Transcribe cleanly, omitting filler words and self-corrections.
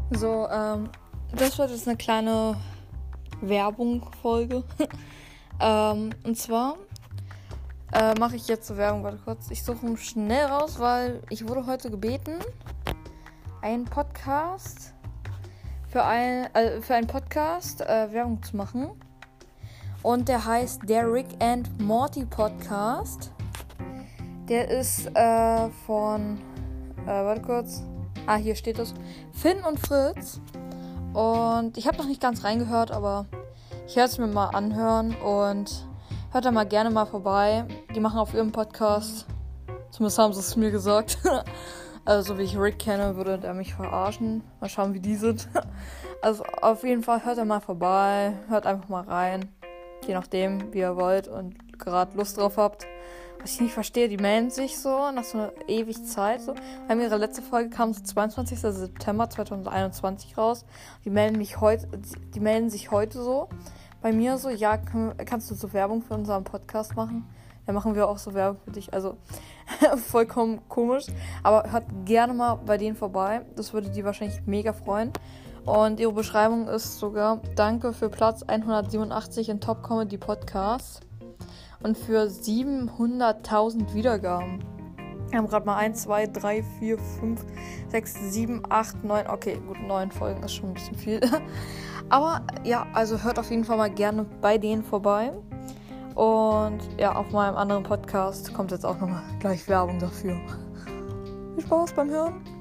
So, das wird jetzt eine kleine Werbung-Folge. Und zwar mache ich jetzt so Werbung, warte kurz. Ich suche schnell raus, weil ich wurde heute gebeten, einen Podcast für einen Podcast Werbung zu machen. Und der heißt der Rick and Morty Podcast. Der ist von, warte kurz. Hier steht es. Finn und Fritz. Und ich habe noch nicht ganz reingehört, aber ich werde es mir mal anhören und hört da mal gerne mal vorbei. Die machen auf ihrem Podcast, zumindest haben sie es mir gesagt. Also so wie ich Rick kenne, würde der mich verarschen. Mal schauen, wie die sind. Also auf jeden Fall hört da mal vorbei, hört einfach mal rein. Je nachdem, wie ihr wollt und gerade Lust drauf habt. Was ich nicht verstehe, die melden sich so nach so einer ewig Zeit. So. Ihre letzte Folge kam so 22. September 2021 raus. Die melden sich heute so bei mir so, ja, kannst du so Werbung für unseren Podcast machen? Ja, machen wir auch so Werbung für dich. Also vollkommen komisch. Aber hört gerne mal bei denen vorbei. Das würde die wahrscheinlich mega freuen. Und ihre Beschreibung ist sogar: Danke für Platz 187 in Top Comedy Podcasts. Und für 700.000 Wiedergaben. Wir haben gerade mal 1, 2, 3, 4, 5, 6, 7, 8, 9. Okay, gut, 9 Folgen ist schon ein bisschen viel. Aber ja, also hört auf jeden Fall mal gerne bei denen vorbei. Und ja, auf meinem anderen Podcast kommt jetzt auch nochmal gleich Werbung dafür. Viel Spaß beim Hören.